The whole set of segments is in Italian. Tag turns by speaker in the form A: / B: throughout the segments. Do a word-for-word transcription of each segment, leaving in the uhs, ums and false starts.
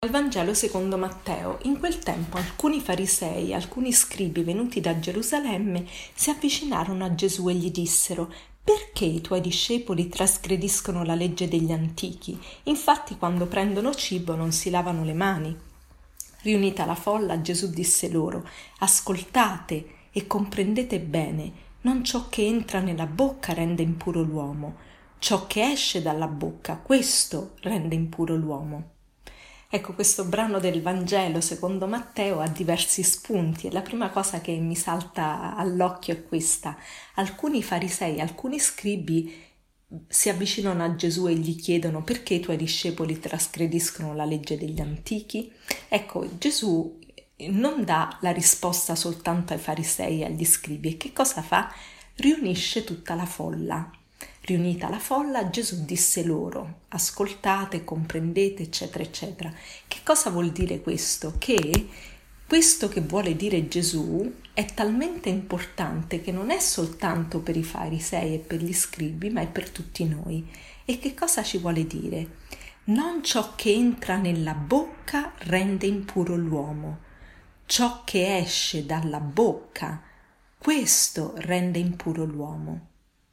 A: Al Vangelo secondo Matteo, in quel tempo alcuni farisei, alcuni scribi venuti da Gerusalemme si avvicinarono a Gesù e gli dissero: «Perché i tuoi discepoli trasgrediscono la legge degli antichi? Infatti quando prendono cibo non si lavano le mani». Riunita la folla, Gesù disse loro: «Ascoltate e comprendete bene, non ciò che entra nella bocca rende impuro l'uomo, ciò che esce dalla bocca, questo rende impuro l'uomo». Ecco, questo brano del Vangelo secondo Matteo ha diversi spunti e la prima cosa che mi salta all'occhio è questa. Alcuni farisei, alcuni scribi si avvicinano a Gesù e gli chiedono: «Perché i tuoi discepoli trasgrediscono la legge degli antichi?» Ecco, Gesù non dà la risposta soltanto ai farisei e agli scribi. E che cosa fa? Riunisce tutta la folla. Riunita la folla, Gesù disse loro: «Ascoltate, comprendete, eccetera, eccetera». Che cosa vuol dire questo? Che questo che vuole dire Gesù è talmente importante che non è soltanto per i farisei e per gli scribi, ma è per tutti noi. E che cosa ci vuole dire? Non ciò che entra nella bocca rende impuro l'uomo, ciò che esce dalla bocca, questo rende impuro l'uomo.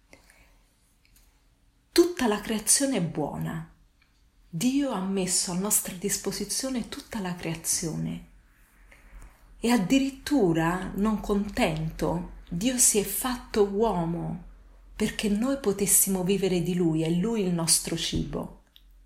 A: Tutta la creazione è buona. Dio ha messo a nostra disposizione tutta la creazione. E addirittura, non contento, Dio si è fatto uomo perché noi potessimo vivere di Lui, è Lui il nostro cibo.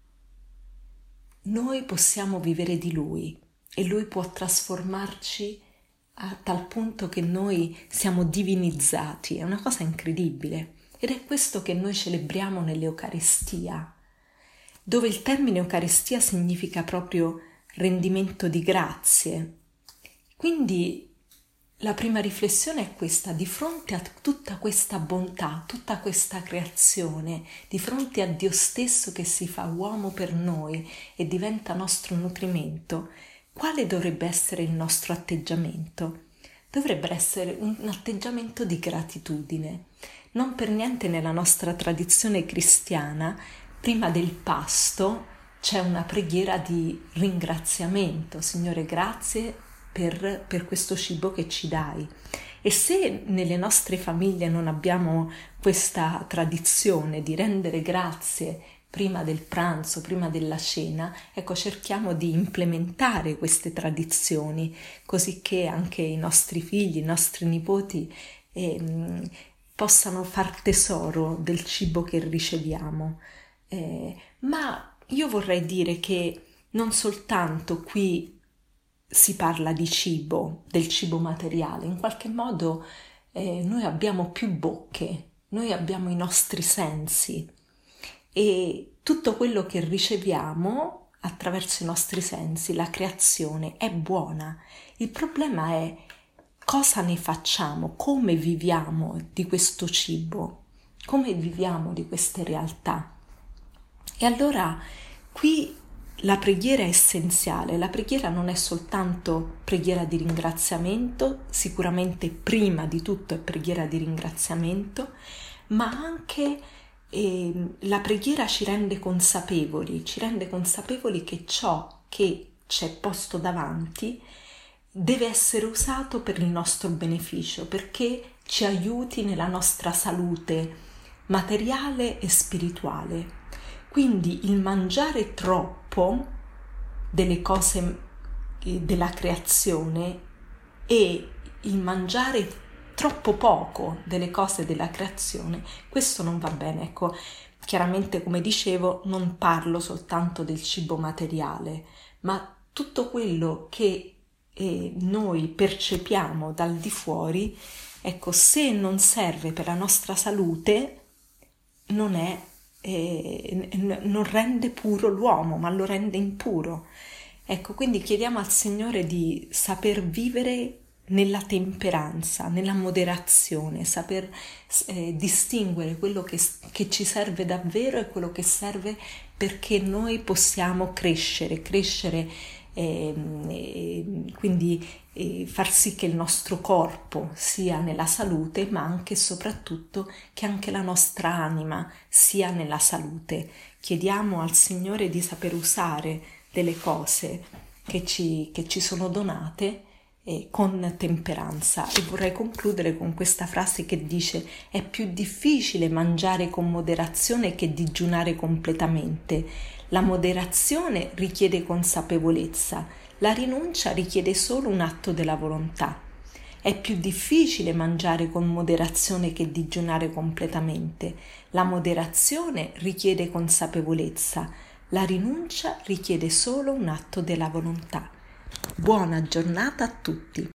A: Noi possiamo vivere di Lui e Lui può trasformarci a tal punto che noi siamo divinizzati. È una cosa incredibile. Ed è questo che noi celebriamo nell'Eucaristia, dove il termine Eucaristia significa proprio rendimento di grazie. Quindi la prima riflessione è questa: di fronte a tutta questa bontà, tutta questa creazione, di fronte a Dio stesso che si fa uomo per noi e diventa nostro nutrimento, quale dovrebbe essere il nostro atteggiamento? Dovrebbe essere un atteggiamento di gratitudine. Non per niente nella nostra tradizione cristiana, prima del pasto, c'è una preghiera di ringraziamento. Signore, grazie per, per questo cibo che ci dai. E se nelle nostre famiglie non abbiamo questa tradizione di rendere grazie prima del pranzo, prima della cena, ecco, cerchiamo di implementare queste tradizioni, così che anche i nostri figli, i nostri nipoti eh, possano far tesoro del cibo che riceviamo. Eh, ma io vorrei dire che non soltanto qui si parla di cibo, del cibo materiale, in qualche modo eh, noi abbiamo più bocche, noi abbiamo i nostri sensi e tutto quello che riceviamo attraverso i nostri sensi, la creazione, è buona. Il problema è cosa ne facciamo, come viviamo di questo cibo, come viviamo di queste realtà. E allora qui la preghiera è essenziale. La preghiera non è soltanto preghiera di ringraziamento, sicuramente prima di tutto è preghiera di ringraziamento, ma anche eh, la preghiera ci rende consapevoli, ci rende consapevoli che ciò che ci è posto davanti deve essere usato per il nostro beneficio, perché ci aiuti nella nostra salute materiale e spirituale. Quindi il mangiare troppo delle cose della creazione e il mangiare troppo poco delle cose della creazione, questo non va bene. Ecco, chiaramente, come dicevo, non parlo soltanto del cibo materiale, ma tutto quello che e noi percepiamo dal di fuori, ecco, se non serve per la nostra salute, non è, eh, non rende puro l'uomo, ma lo rende impuro. Ecco, quindi chiediamo al Signore di saper vivere nella temperanza, nella moderazione, saper eh, distinguere quello che, che ci serve davvero e quello che serve perché noi possiamo crescere, crescere E, e quindi e far sì che il nostro corpo sia nella salute, ma anche e soprattutto che anche la nostra anima sia nella salute, chiediamo al Signore di saper usare delle cose che ci, che ci sono donate eh, con temperanza. E vorrei concludere con questa frase che dice: è più difficile mangiare con moderazione che digiunare completamente. La moderazione richiede consapevolezza, la rinuncia richiede solo un atto della volontà. È più difficile mangiare con moderazione che digiunare completamente. La moderazione richiede consapevolezza, la rinuncia richiede solo un atto della volontà. Buona giornata a tutti!